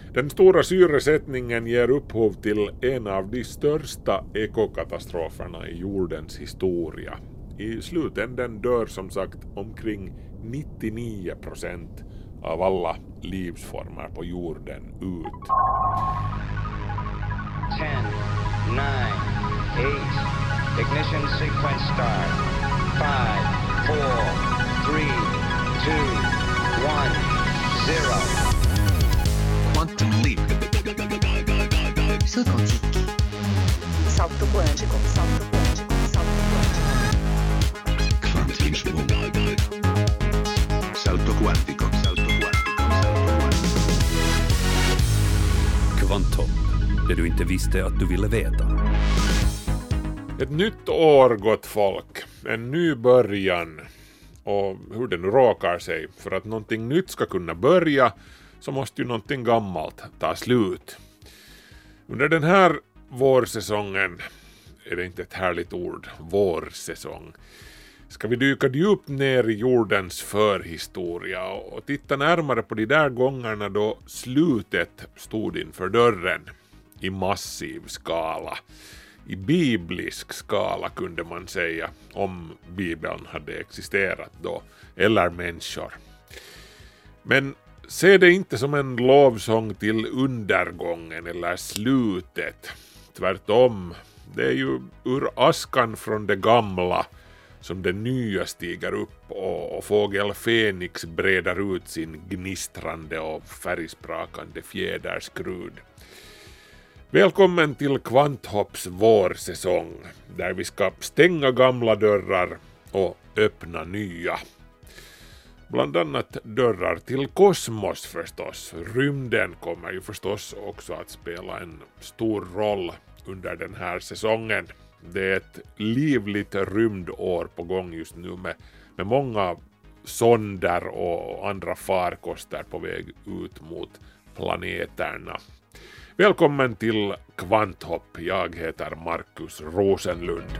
Den stora syresättningen ger upphov till en av de största ekokatastroferna i jordens historia. I slutändan dör som sagt omkring 99% av alla livsformer på jorden ut. 10, 9, 8, ignition sequence start. 5, 4, 3, 2, 1, 0. Quantum leap. Salto quântico. Salto quântico. Salto quântico. Salto quântico. Kvantvinsvåg. Salto quantico. Salto quantico. Salto quantico. Kvanthopp, det du inte visste att du ville veta. Ett nytt år, gott folk. En ny början. Och hur det nu råkar sig, för att någonting nytt ska kunna börja så måste ju någonting gammalt ta slut. Under den här vårsäsongen, är det inte ett härligt ord, vårsäsong, ska vi dyka djupt ner i jordens förhistoria och titta närmare på de där gångerna då slutet stod inför dörren i massiv skala. I biblisk skala kunde man säga, om Bibeln hade existerat då, eller människor. Men se det inte som en lovsång till undergången eller slutet. Tvärtom, det är ju ur askan från det gamla som det nya stiger upp och fågel Fenix breder ut sin gnistrande och färgsprakande fjäderskrud. Välkommen till Kvanthopps vårsäsong, där vi ska stänga gamla dörrar och öppna nya. Bland annat dörrar till kosmos förstås. Rymden kommer ju förstås också att spela en stor roll under den här säsongen. Det är ett livligt rymdår på gång just nu med många sonder och andra farkoster på väg ut mot planeterna. Välkommen till Kvanthopp. Jag heter Markus Rosenlund.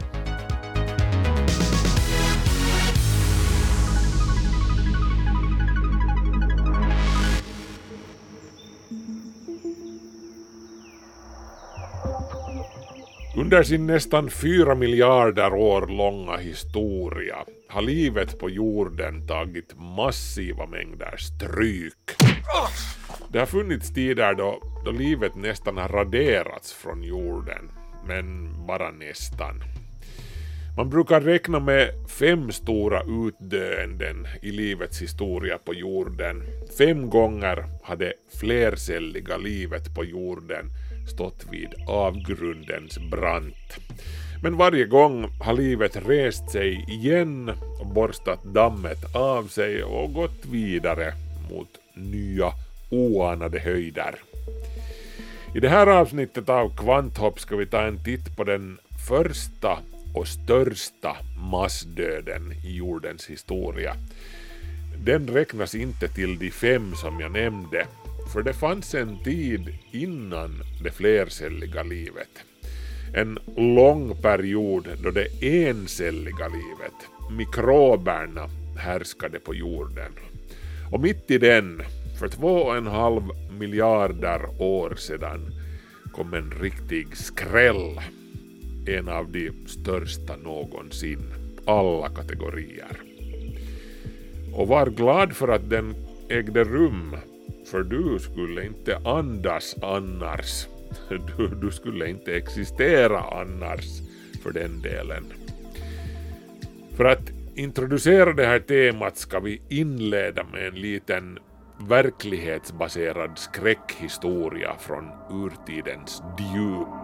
Under sin nästan 4 miljarder år långa historia har livet på jorden tagit massiva mängder stryk. Det har funnits tider då livet nästan har raderats från jorden, men bara nästan. Man brukar räkna med 5 stora utdöenden i livets historia på jorden. 5 gånger har det flercelliga livet på jorden stått vid avgrundens brant. Men varje gång har livet rest sig igen och borstat dammet av sig och gått vidare mot nya oanade höjder. I det här avsnittet av Kvanthopp ska vi ta en titt på den första och största massdöden i jordens historia. Den räknas inte till de 5 som jag nämnde, för det fanns en tid innan det flercelliga livet. En lång period då det encelliga livet, mikroberna, härskade på jorden. Och mitt i den, för 2,5 miljarder år sedan, kom en riktig skräll. En av de största någonsin, alla kategorier. Och var glad för att den ägde rum, för du skulle inte andas annars. Du skulle inte existera annars för den delen. För att introducera det här temat ska vi inleda med en liten verklighetsbaserad skräckhistoria från urtidens djup.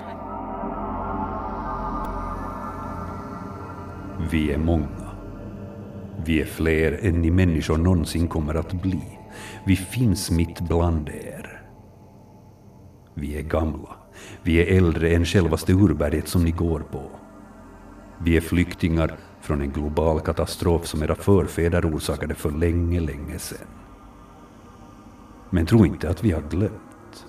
Vi är många. Vi är fler än ni människor någonsin kommer att bli. Vi finns mitt bland er. Vi är gamla. Vi är äldre än självaste urberget som ni går på. Vi är flyktingar från en global katastrof som era förfäder orsakade för länge sedan. Men tro inte att vi har glömt.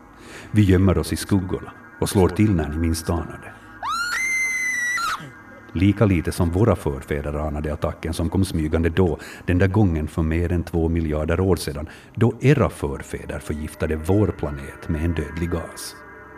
Vi gömmer oss i skuggorna och slår till när ni minst anar det. Lika lite som våra förfäder anade attacken som kom smygande då, den där gången för mer än 2 miljarder år sedan, då era förfäder förgiftade vår planet med en dödlig gas.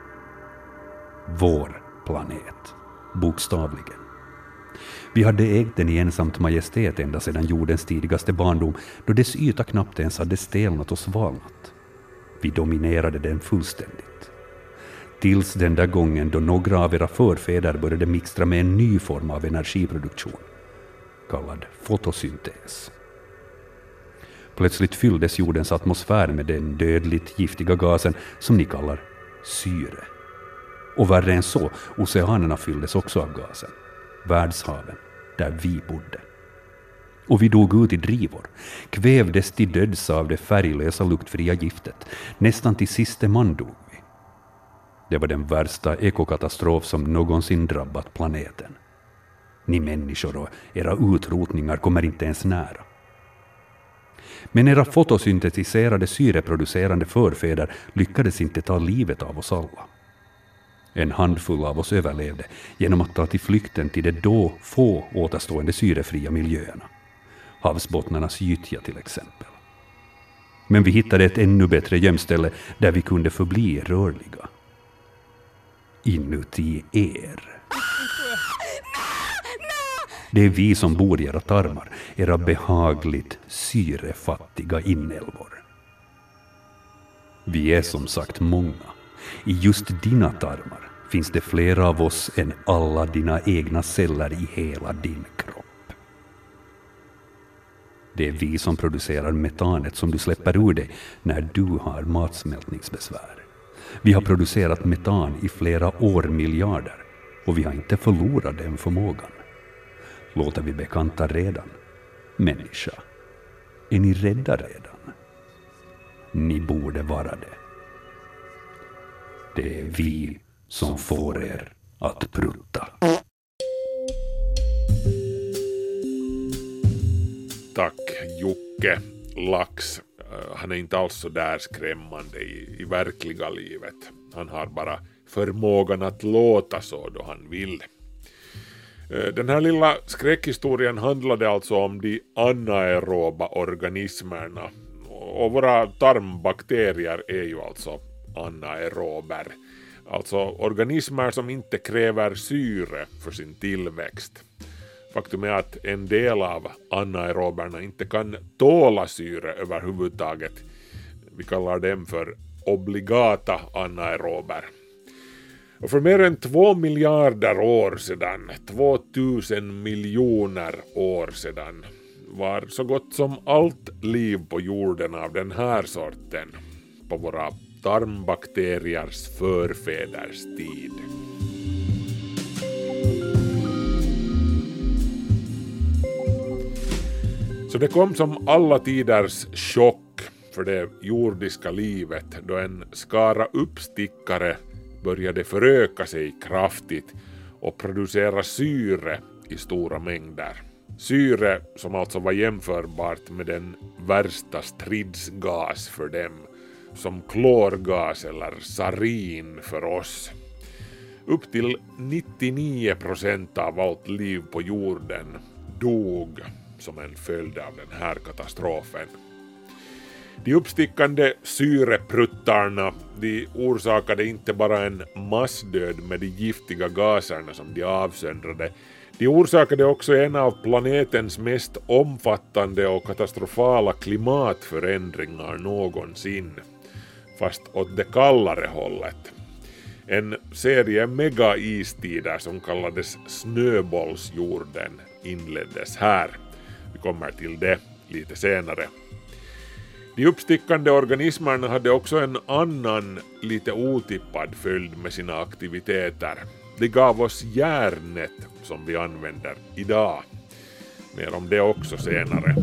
Vår planet, bokstavligen. Vi hade ägt den i ensamt majestät ända sedan jordens tidigaste barndom, då dess yta knappt ens hade stelnat och svalnat. Vi dominerade den fullständigt. Tills den där gången då några av era förfäder började mixtra med en ny form av energiproduktion, kallad fotosyntes. Plötsligt fylldes jordens atmosfär med den dödligt giftiga gasen som ni kallar syre. Och värre än så, oceanerna fylldes också av gasen. Världshaven, där vi bodde. Och vi dog ut i drivor, kvävdes till döds av det färglösa luktfria giftet. Nästan till siste man dog vi. Det var den värsta ekokatastrof som någonsin drabbat planeten. Ni människor och era utrotningar kommer inte ens nära. Men era fotosyntetiserade syreproducerande förfäder lyckades inte ta livet av oss alla. En handfull av oss överlevde genom att ta till flykten till de då få återstående syrefria miljöerna. Havsbottnarnas gyttja till exempel. Men vi hittade ett ännu bättre gömställe där vi kunde förbli rörliga. Inuti er. Det är vi som bor i era tarmar, era behagligt syrefattiga inälvor. Vi är som sagt många. I just dina tarmar finns det fler av oss än alla dina egna celler i hela din kropp. Det är vi som producerar metanet som du släpper ur dig när du har matsmältningsbesvär. Vi har producerat metan i flera årmiljarder och vi har inte förlorat den förmågan. Låter vi bekanta redan? Människa, är ni rädda redan? Ni borde vara det. Det är vi som får er att prutta. Tack Jocke Lax. Han är inte alls så där skrämmande i verkliga livet. Han har bara förmågan att låta så då han vill. Den här lilla skräckhistorien handlade alltså om de anaeroba organismerna. Och våra tarmbakterier är ju alltså anaerober. Alltså organismer som inte kräver syre för sin tillväxt. Faktum är att en del av anaeroberna inte kan tåla syre överhuvudtaget. Vi kallar dem för obligata anaerober. Och för mer än 2 miljarder år sedan, 2000 miljoner år sedan, var så gott som allt liv på jorden av den här sorten på våra tarmbakteriers förfäders tid. Så det kom som alla tiders chock för det jordiska livet då en skara uppstickare började föröka sig kraftigt och producera syre i stora mängder. Syre som alltså var jämförbart med den värsta stridsgas för dem, som klorgas eller sarin för oss. Upp till 99% av allt liv på jorden dog som en följd av den här katastrofen. De uppstickande syrepruttarna, de orsakade inte bara en massdöd med de giftiga gaserna som de avsöndrade, de orsakade också en av planetens mest omfattande och katastrofala klimatförändringar någonsin, fast åt det kallare hållet. En serie mega-istider som kallades snöbollsjorden inleddes här. Vi kommer till det lite senare. De uppstickande organismerna hade också en annan, lite otippad följd med sina aktiviteter. De gav oss järnet som vi använder idag. Mer om det också senare.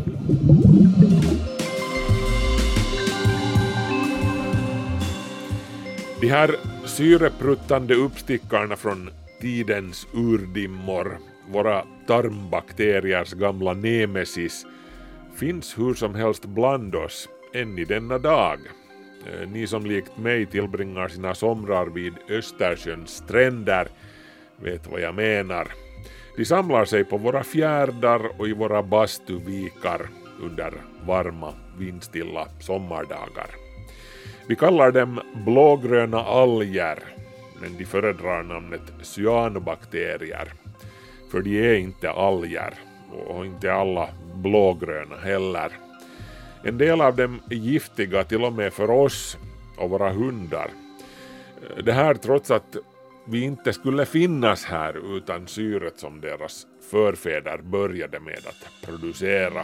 De här syrepruttande uppstickarna från tidens urdimmor, våra tarmbakteriers gamla nemesis, finns hur som helst bland oss än i denna dag. Ni som likt mig tillbringar sina somrar vid Östersjöns stränder vet vad jag menar. De samlar sig på våra fjärdar och i våra bastuvikar under varma, vindstilla sommardagar. Vi kallar dem blågröna alger, men de föredrar namnet cyanobakterier, för de är inte alger och inte alla blågröna heller. En del av dem är giftiga till och med för oss och våra hundar. Det här trots att vi inte skulle finnas här utan syret som deras förfäder började med att producera.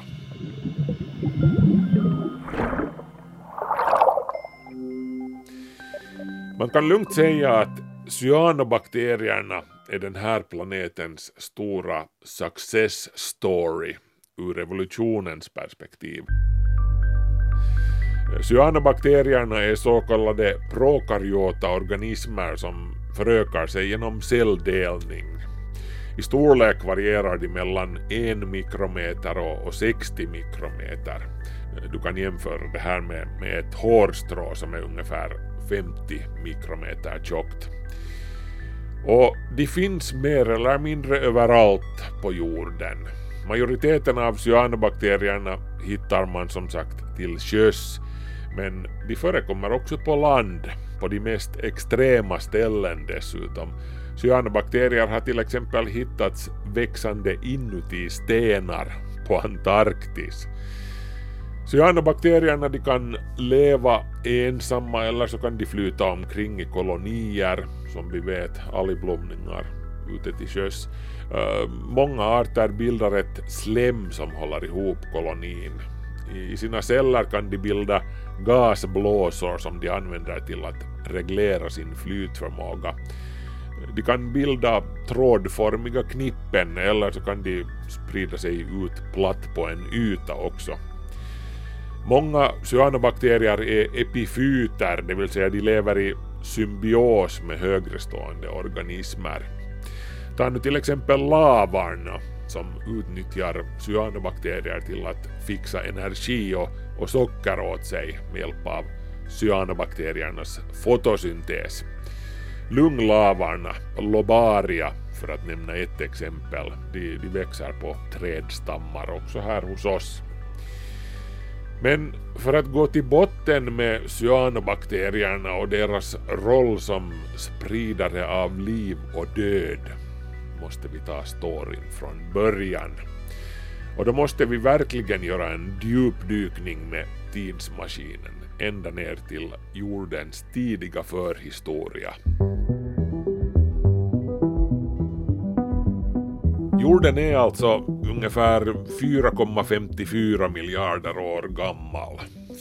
Man kan lugnt säga att cyanobakterierna är den här planetens stora success story ur evolutionens perspektiv. Cyanobakterierna är så kallade prokaryota organismer som förökar sig genom celldelning. I storlek varierar de mellan 1 mikrometer och 60 mikrometer. Du kan jämföra det här med ett hårstrå som är ungefär 50 mikrometer tjockt. Och de finns mer eller mindre överallt på jorden. Majoriteten av cyanobakterierna hittar man som sagt till sjöss, men de förekommer också på land, på de mest extrema ställen dessutom. Cyanobakterier har till exempel hittats växande inuti stenar på Antarktis. Cyanobakterierna de kan leva ensamma eller så kan de flyta omkring i kolonier, som vi vet algblomningar ute till sjöss. Många arter bildar ett slem som håller ihop kolonin. I sina celler kan de bilda gasblåsor som de använder till att reglera sin flytförmåga. De kan bilda trådformiga knippen eller så kan de sprida sig ut platt på en yta också. Många cyanobakterier är epifyter, det vill säga de lever i symbios med högre stående organismer. Ta nu till exempel lavarna som utnyttjar cyanobakterier till att fixa energi och socker åt sig med hjälp av cyanobakteriernas fotosyntes. Lunglavarna, lobaria för att nämna ett exempel, de växer på trädstammar också här hos oss. Men för att gå till botten med cyanobakterierna och deras roll som spridare av liv och död måste vi ta storyn från början. Och då måste vi verkligen göra en djupdykning med tidsmaskinen ända ner till jordens tidiga förhistoria. Jorden är alltså ungefär 4,54 miljarder år gammal.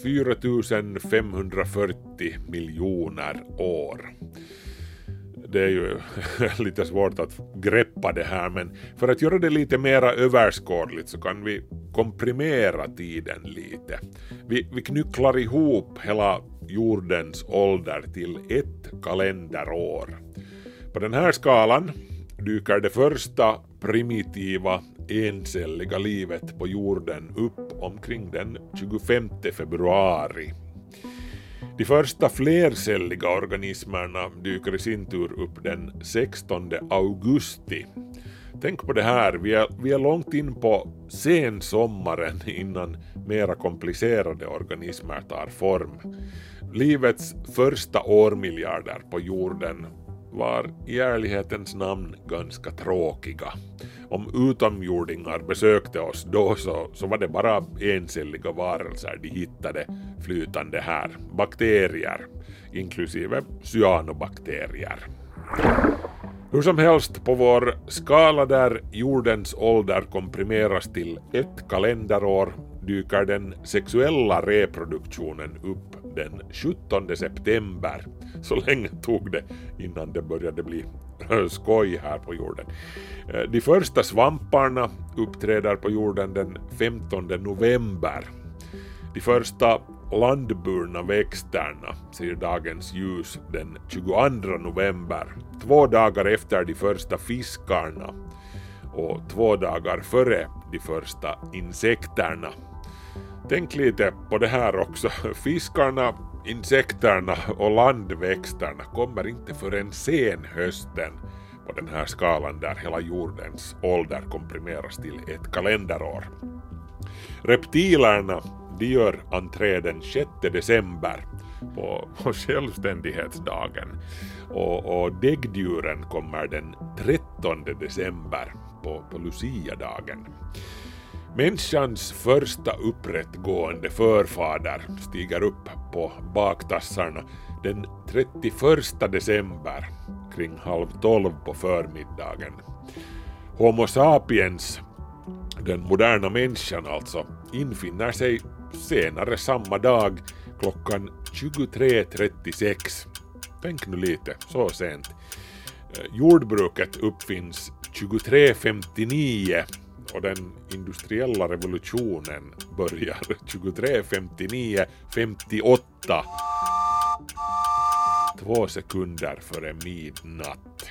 4540 miljoner år. Det är ju lite svårt att greppa det här, men för att göra det lite mera överskådligt så kan vi komprimera tiden lite. Vi knycklar ihop hela jordens ålder till ett kalenderår. På den här skalan dyker det första primitiva encelliga livet på jorden upp omkring den 25 februari. De första flercelliga organismerna dyker i sin tur upp den 16 augusti. Tänk på det här, vi är långt in på sensommaren innan mera komplicerade organismer tar form. Livets första årmiljarder på jorden var i ärlighetens namn ganska tråkiga. Om utomjordingar besökte oss då så var det bara encelliga varelser de hittade flytande här. Bakterier, inklusive cyanobakterier. Hur som helst, på vår skala där jordens ålder komprimeras till ett kalenderår dyker den sexuella reproduktionen upp den 17 september. Så länge tog det innan det började bli skoj här på jorden. De första svamparna uppträder på jorden den 15 november. De första landburna växterna ser dagens ljus den 22 november. 2 dagar efter de första fiskarna och 2 dagar före de första insekterna. Tänk lite på det här också. Fiskarna, insekterna och landväxterna kommer inte förrän sen hösten på den här skalan där hela jordens ålder komprimeras till ett kalenderår. Reptilerna, de gör entré den 6 december på självständighetsdagen och däggdjuren kommer den 13 december på Lucia-dagen. Människans första upprättgående förfader stiger upp på baktassarna den 31 december kring 11:30 på förmiddagen. Homo sapiens, den moderna människan alltså, infinner sig senare samma dag klockan 23:36. Tänk nu lite, så sent. Jordbruket uppfinns 23:59 och den industriella revolutionen börjar 23:59:58. 2 sekunder före midnatt.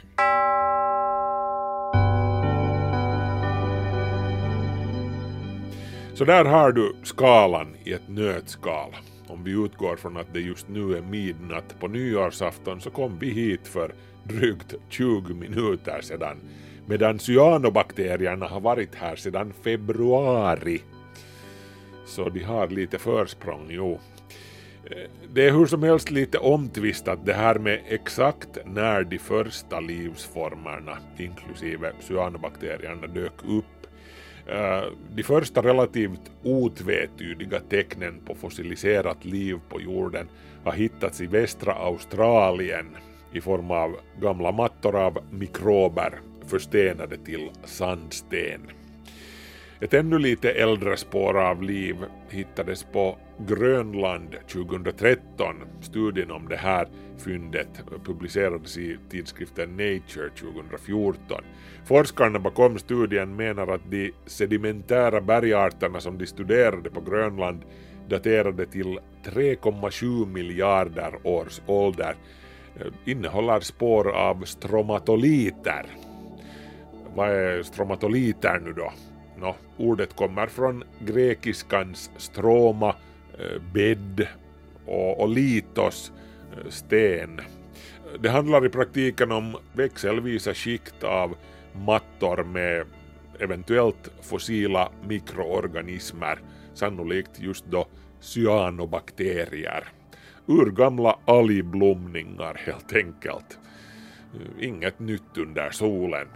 Så där har du skalan i ett nötskal. Om vi utgår från att det just nu är midnatt på nyårsafton så kom vi hit för drygt 20 minuter sedan, medan cyanobakterierna har varit här sedan februari. Så de har lite försprång, jo. Det är hur som helst lite omtvistat det här med exakt när de första livsformerna, inklusive cyanobakterierna, dök upp. De första relativt otvetydiga tecknen på fossiliserat liv på jorden har hittats i västra Australien i form av gamla mattor av mikrober förstenade till sandsten. Ett ännu lite äldre spår av liv hittades på Grönland 2013. Studien om det här fyndet publicerades i tidskriften Nature 2014. Forskarna bakom studien menar att de sedimentära bergarterna som de studerade på Grönland daterade till 3,7 miljarder års ålder innehåller spår av stromatoliter. Vad är stromatoliter nu då? Ordet kommer från grekiskans stroma, bädd och litos, sten. Det handlar i praktiken om växelvisa skikt av mattor med eventuellt fossila mikroorganismer, sannolikt just då cyanobakterier. Urgamla algblomningar helt enkelt. Inget nytt under solen.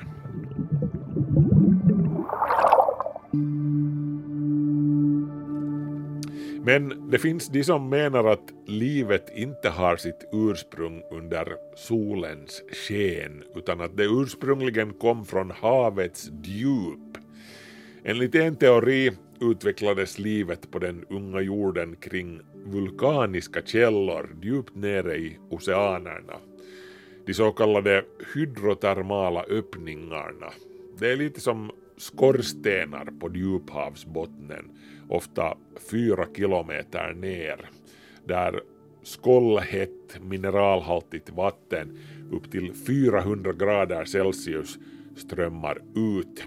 Men det finns de som menar att livet inte har sitt ursprung under solens sken utan att det ursprungligen kom från havets djup. Enligt en teori utvecklades livet på den unga jorden kring vulkaniska källor djupt nere i oceanerna. De så kallade hydrotermala öppningarna. Det är lite som skorstenar på djuphavsbottnen, ofta 4 kilometer ner, där skållhett mineralhaltigt vatten upp till 400 grader Celsius strömmar ut.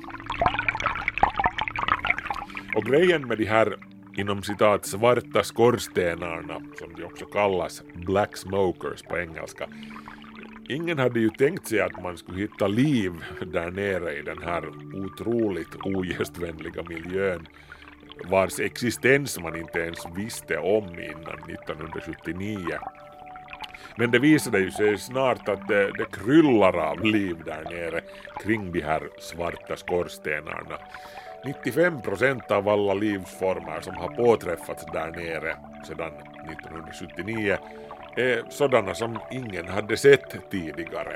Och grejen med de här inom citat svarta skorstenarna, som de också kallas black smokers på engelska, ingen hade ju tänkt sig att man skulle hitta liv där nere i den här otroligt ogästvänliga miljön vars existens man inte ens visste om innan 1979. Men det visade ju sig snart att det kryllar av liv där nere kring de här svarta skorstenarna. 95% av alla livsformer som har påträffats där nere sedan 1979 är sådana som ingen hade sett tidigare.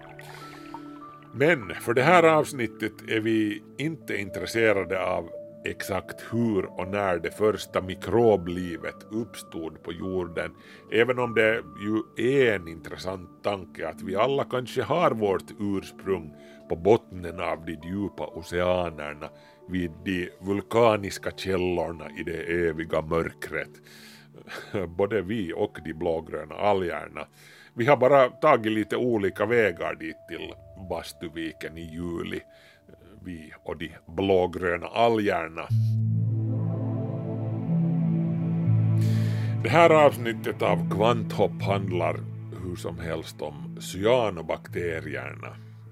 Men för det här avsnittet är vi inte intresserade av exakt hur och när det första mikroblivet uppstod på jorden, även om det ju är en intressant tanke att vi alla kanske har vårt ursprung på bottnen av de djupa oceanerna vid de vulkaniska källorna i det eviga mörkret. Både vi och de blågröna algerna. Vi har bara tagit lite olika vägar dit till Bastuviken i juli. Vi och de blågröna algerna. Det här avsnittet av Kvanthopp handlar hur som helst om cyanobakterierna.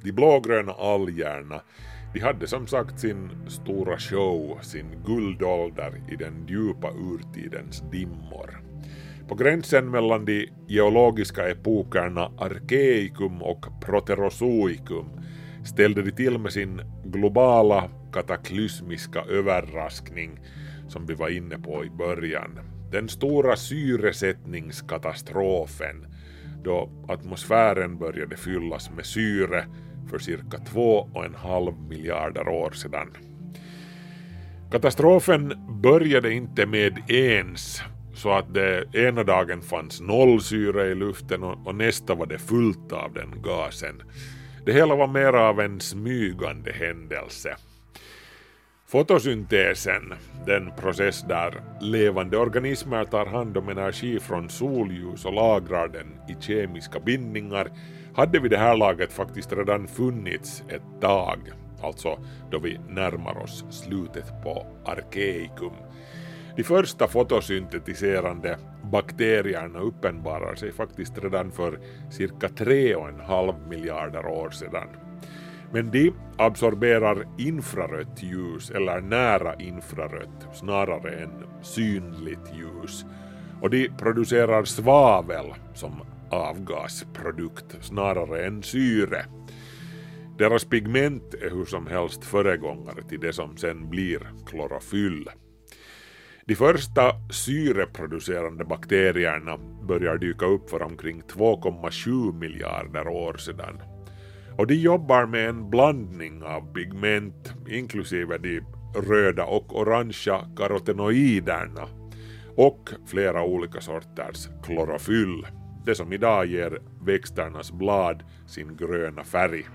De blågröna algerna, de hade som sagt sin stora show, sin guldålder i den djupa urtidens dimmor. På gränsen mellan de geologiska epokerna Arkeicum och Proterozoikum ställde de till med sin globala kataklysmiska överraskning som vi var inne på i början. Den stora syresättningskatastrofen, då atmosfären började fyllas med syre för cirka 2,5 miljarder år sedan. Katastrofen började inte med ens så att det ena dagen fanns noll syre i luften och nästa var det fullt av den gasen. Det hela var mer av en smygande händelse. Fotosyntesen, den process där levande organismer tar hand om energi från solljus och lagrar den i kemiska bindningar, hade vid det här laget faktiskt redan funnits ett tag, alltså då vi närmar oss slutet på Arkeicum. De första fotosyntetiserande bakterierna uppenbarar sig faktiskt redan för cirka 3,5 miljarder år sedan. Men de absorberar infrarött ljus eller nära infrarött snarare än synligt ljus. Och de producerar svavel som avgasprodukt snarare än syre. Deras pigment är hur som helst föregångare till det som sen blir klorofyll. De första syreproducerande bakterierna börjar dyka upp för omkring 2,7 miljarder år sedan. Och de jobbar med en blandning av pigment, inklusive de röda och orangea karotenoiderna, och flera olika sorters klorofyll, det som idag ger växternas blad sin gröna färg.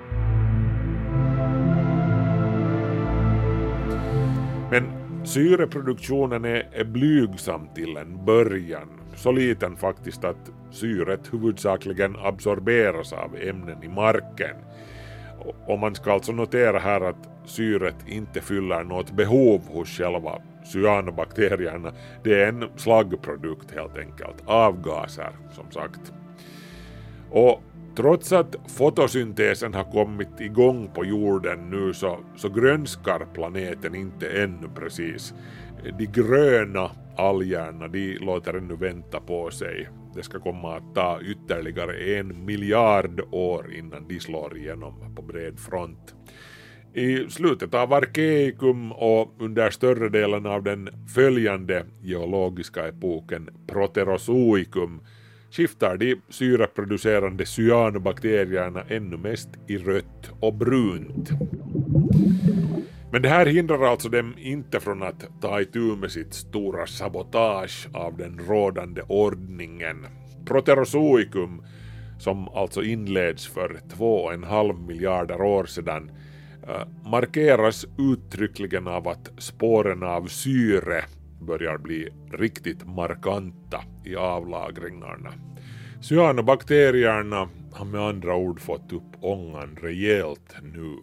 Men syreproduktionen är blygsam till en början, så liten faktiskt att syret huvudsakligen absorberas av ämnen i marken. Och man ska alltså notera här att syret inte fyller något behov hos själva cyanobakterierna. Det är en slaggprodukt helt enkelt, avgaser som sagt. Och trots att fotosyntesen har kommit igång på jorden nu så grönskar planeten inte ännu precis. De gröna algerna, de låter ännu vänta på sig. Det ska komma att ta ytterligare 1 miljard år innan de slår igenom på bred front. I slutet av Arkeicum och under större delen av den följande geologiska epoken Proterozoikum skiftar de syreproducerande cyanobakterierna ännu mest i rött och brunt. Men det här hindrar alltså dem inte från att ta itu med sitt stora sabotage av den rådande ordningen. Proterozoikum, som alltså inleds för 2,5 miljarder år sedan, markeras uttryckligen av att spåren av syre börjar bli riktigt markanta i avlagringarna. Cyanobakterierna har med andra ord fått upp ångan rejält nu.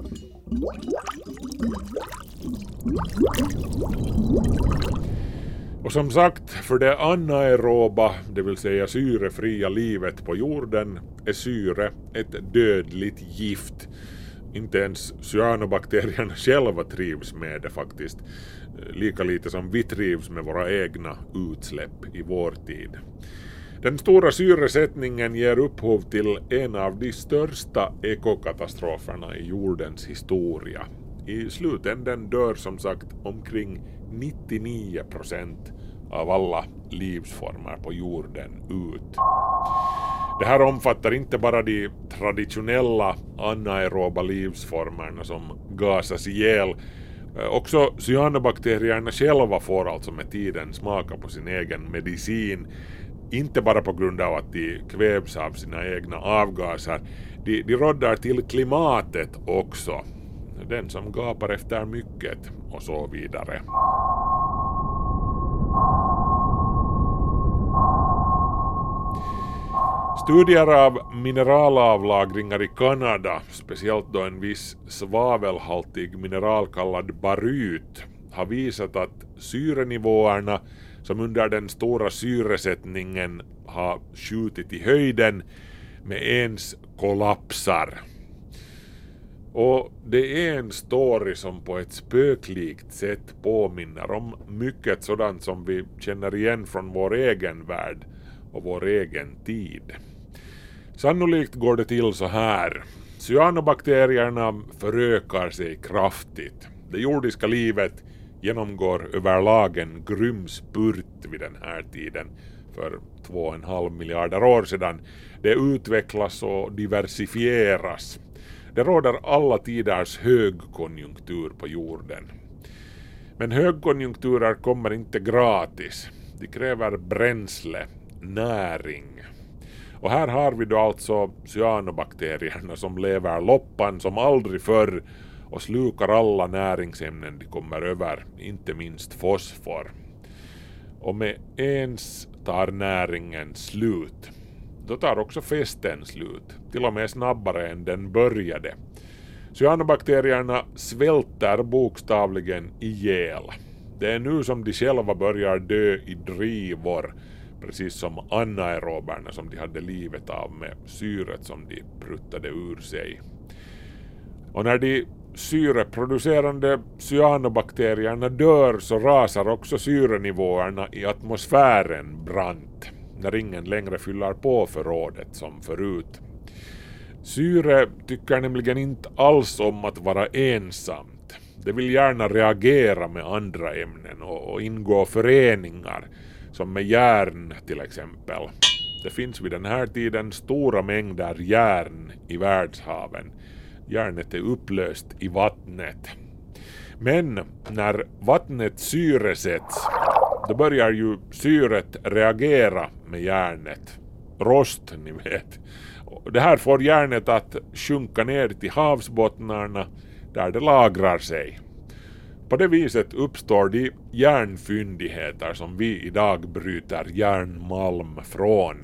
Och som sagt, för det anaeroba, det vill säga syrefria livet på jorden, är syre ett dödligt gift. Inte ens cyanobakterierna själva trivs med det faktiskt. Lika lite som vi trivs med våra egna utsläpp i vår tid. Den stora syresättningen ger upphov till en av de största ekokatastroferna i jordens historia. I slutänden dör som sagt omkring 99% av alla livsformer på jorden ut. Det här omfattar inte bara de traditionella anaeroba livsformerna som gasas ihjäl. Också cyanobakterierna själva får alltså med tiden smaka på sin egen medicin. Inte bara på grund av att de kvävs av sina egna avgaser. De råddar till klimatet också. Den som gapar efter mycket och så vidare. Studier av mineralavlagringar i Kanada, speciellt då en viss svavelhaltig mineral kallad baryt, har visat att syrenivåerna som under den stora syresättningen har skjutit i höjden med ens kollapsar. Och det är en story som på ett spöklikt sätt påminner om mycket sådant som vi känner igen från vår egen värld och vår egen tid. Sannolikt går det till så här. Cyanobakterierna förökar sig kraftigt. Det jordiska livet genomgår överlag en grym spurt vid den här tiden för 2,5 miljarder år sedan. Det utvecklas och diversifieras. Det råder alla tiders högkonjunktur på jorden. Men högkonjunkturer kommer inte gratis. De kräver bränsle, näring. Och här har vi då alltså cyanobakterierna som lever loppan som aldrig förr och slukar alla näringsämnen de kommer över, inte minst fosfor. Och med ens tar näringen slut. Då tar också festen slut, till och med snabbare än den började. Cyanobakterierna svälter bokstavligen ihjäl. Det är nu som de själva börjar dö i drivor, precis som anaeroberna som de hade livet av med syret som de pruttade ur sig. Och när de syreproducerande cyanobakterierna dör så rasar också syrenivåerna i atmosfären brant, när ingen längre fyller på förrådet som förut. Syre tycker nämligen inte alls om att vara ensamt. Det vill gärna reagera med andra ämnen och ingå föreningar, som med järn till exempel. Det finns vid den här tiden stora mängder järn i världshaven. Järnet är upplöst i vattnet. Men när vattnet syresätts, då börjar ju syret reagera med järnet. Rost, ni vet. Det här får järnet att sjunka ner till havsbottnarna där det lagrar sig. På det viset uppstår de järnfyndigheter som vi idag bryter järnmalm från.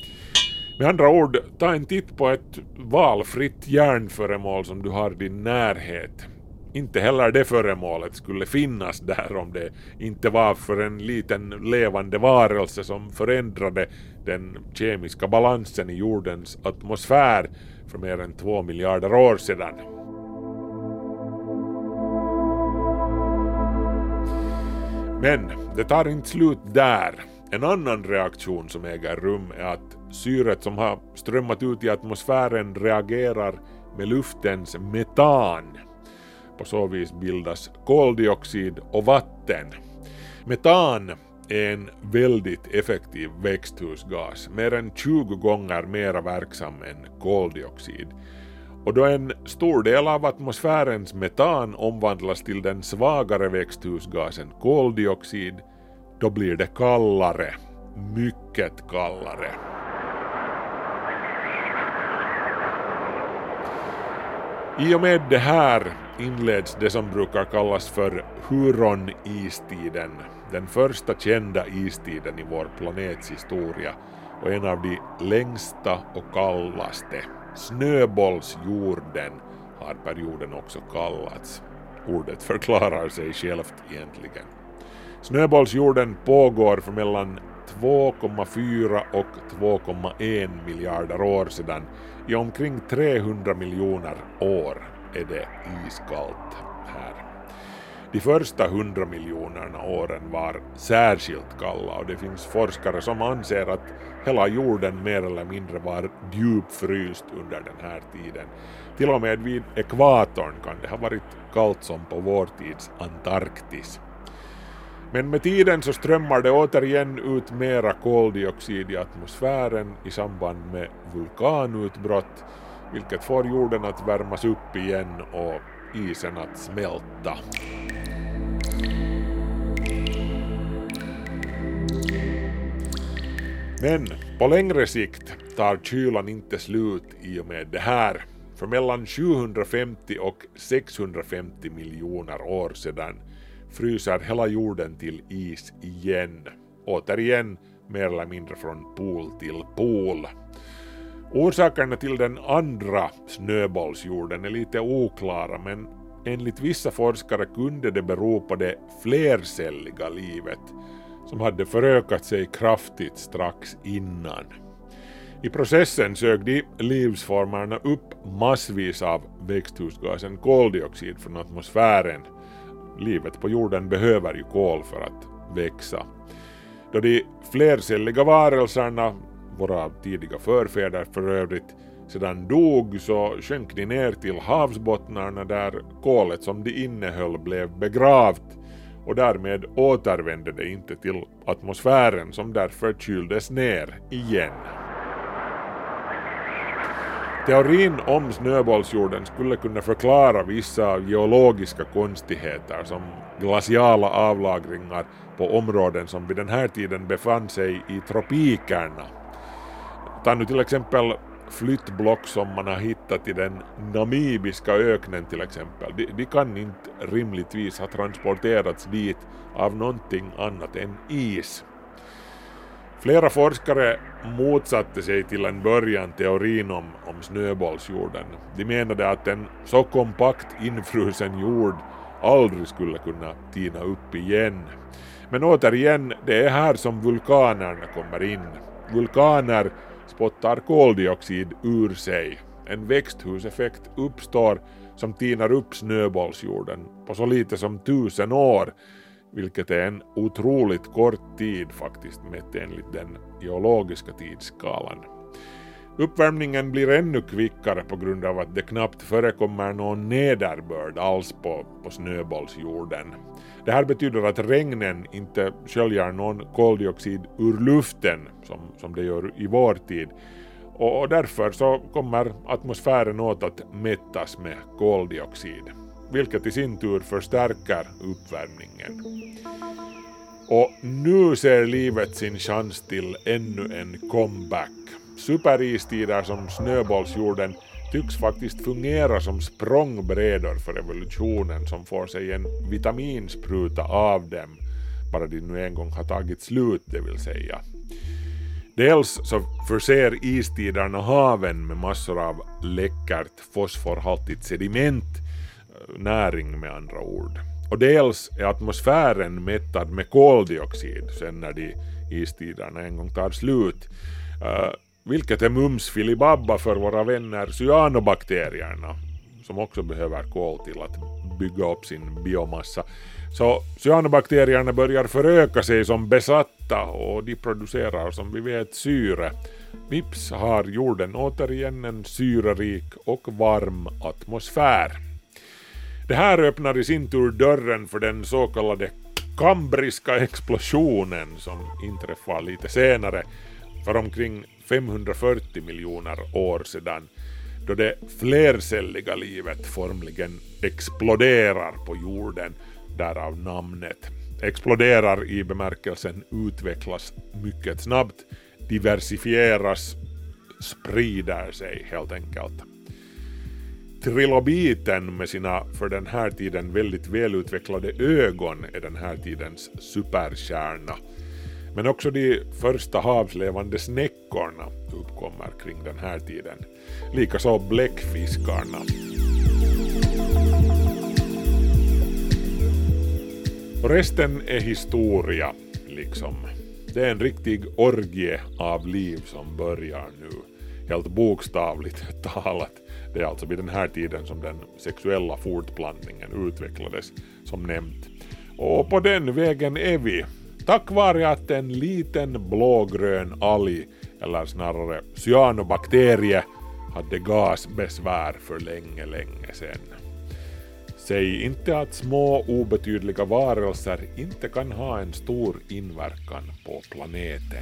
Med andra ord, ta en titt på ett valfritt järnföremål som du har i din närhet. Inte heller det föremålet skulle finnas där om det inte var för en liten levande varelse som förändrade den kemiska balansen i jordens atmosfär för mer än 2 miljarder år sedan. Men det tar inte slut där. En annan reaktion som äger rum är att syret som har strömmat ut i atmosfären reagerar med luftens metan. På så vis bildas koldioxid och vatten. Metan är en väldigt effektiv växthusgas, mer än 20 gånger mer verksam än koldioxid. Och då en stor del av atmosfärens metan omvandlas till den svagare växthusgasen koldioxid, då blir det kallare, mycket kallare. I och med det här inleds det som brukar kallas för Huron-istiden, den första kända istiden i vår planets historia och en av de längsta och kallaste. Snöbollsjorden har perioden också kallats. Ordet förklarar sig självt egentligen. Snöbollsjorden pågår för mellan 2,4 och 2,1 miljarder år sedan. I omkring 300 miljoner år är det iskallt här. De första 100 miljonerna åren var särskilt kalla och det finns forskare som anser att hela jorden mer eller mindre var djupfryst under den här tiden. Till och med vid ekvatorn kan det ha varit kallt som på vår tids Antarktis. Men med tiden så strömmar det återigen ut mera koldioxid i atmosfären i samband med vulkanutbrott, vilket får jorden att värmas upp igen och isen att smälta. Men på längre sikt tar kylan inte slut i och med det här. För mellan 750 och 650 miljoner år sedan fryser hela jorden till is igen. Återigen mer eller mindre från pol till pol. Orsakerna till den andra snöbollsjorden är lite oklara, men enligt vissa forskare kunde det bero på det flercelliga livet som hade förökat sig kraftigt strax innan. I processen sög de livsformerna upp massvis av växthusgasen koldioxid från atmosfären. Livet på jorden behöver ju kol för att växa. Då de flercelliga varelserna, våra tidiga förfäder för övrigt, sedan dog, så sjönk de ner till havsbottnarna där kolet som de innehöll blev begravt, och därmed återvände det inte till atmosfären, som därför kyldes ner igen. Teorin om snöbollsjorden skulle kunna förklara vissa geologiska konstigheter som glaciala avlagringar på områden som vid den här tiden befann sig i tropikerna. Ta nu till exempel flyttblock som man har hittat i den namibiska öknen till exempel. De kan inte rimligtvis ha transporterats dit av någonting annat än is. Flera forskare motsatte sig till en början teorin om snöbollsjorden. De menade att en så kompakt infrusen jord aldrig skulle kunna tina upp igen. Men återigen, det är här som vulkanerna kommer in. Vulkaner spottar koldioxid ur sig. En växthuseffekt uppstår som tinar upp snöbollsjorden på så lite som 1000 år, vilket är en otroligt kort tid faktiskt mätt enligt den geologiska tidsskalan. Uppvärmningen blir ännu kvickare på grund av att det knappt förekommer någon nederbörd alls på snöbollsjorden. Det här betyder att regnen inte sköljer någon koldioxid ur luften som det gör i vår tid, och därför så kommer atmosfären åt att mättas med koldioxid, vilket i sin tur förstärker uppvärmningen. Och nu ser livet sin chans till ännu en comeback. Superistider som snöbollsjorden tycks faktiskt fungera som språngbrädor för evolutionen, som får sig en vitaminspruta av dem, bara de nu en gång har tagit slut, det vill säga. Dels så förser istiderna haven med massor av läckert fosforhaltigt sediment, näring med andra ord. Och dels är atmosfären mättad med koldioxid sen när de istiderna en gång tar slut. Vilket är mums filibabba för våra vänner cyanobakterierna, som också behöver kol till att bygga upp sin biomassa. Så cyanobakterierna börjar föröka sig som besatta, och de producerar som vi vet syre. Vips har jorden återigen en syrerik och varm atmosfär. Det här öppnar i sin tur dörren för den så kallade kambriska explosionen som inträffar lite senare, för omkring 540 miljoner år sedan, då det flercelliga livet formligen exploderar på jorden, därav namnet. Exploderar i bemärkelsen utvecklas mycket snabbt, diversifieras, sprider sig helt enkelt. Trilobiten med sina för den här tiden väldigt välutvecklade ögon är den här tidens superkärna. Men också de första havslevande snäckorna uppkommer kring den här tiden. Likaså bläckfiskarna. Och resten är historia, liksom. Det är en riktig orgie av liv som börjar nu. Helt bokstavligt talat. Det är alltså vid den här tiden som den sexuella fortplantningen utvecklades, som nämnt. Och på den vägen är vi. Tack vare att en liten blågrön alg, eller snarare cyanobakterie, hade gasbesvär för länge sedan. Säg inte att små obetydliga varelser inte kan ha en stor inverkan på planeten.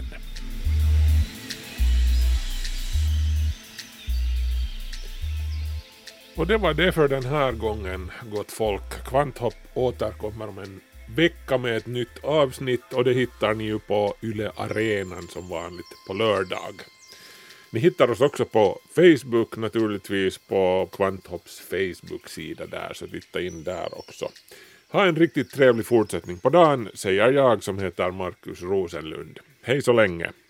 Och det var det för den här gången, gott folk. Kvanthopp återkommer om en vecka med ett nytt avsnitt, och det hittar ni ju på Yle Arenan som vanligt på lördag. Ni hittar oss också på Facebook, naturligtvis på Kvanthopps Facebook-sida där, så titta in där också. Ha en riktigt trevlig fortsättning på dagen, säger jag som heter Markus Rosenlund. Hej så länge!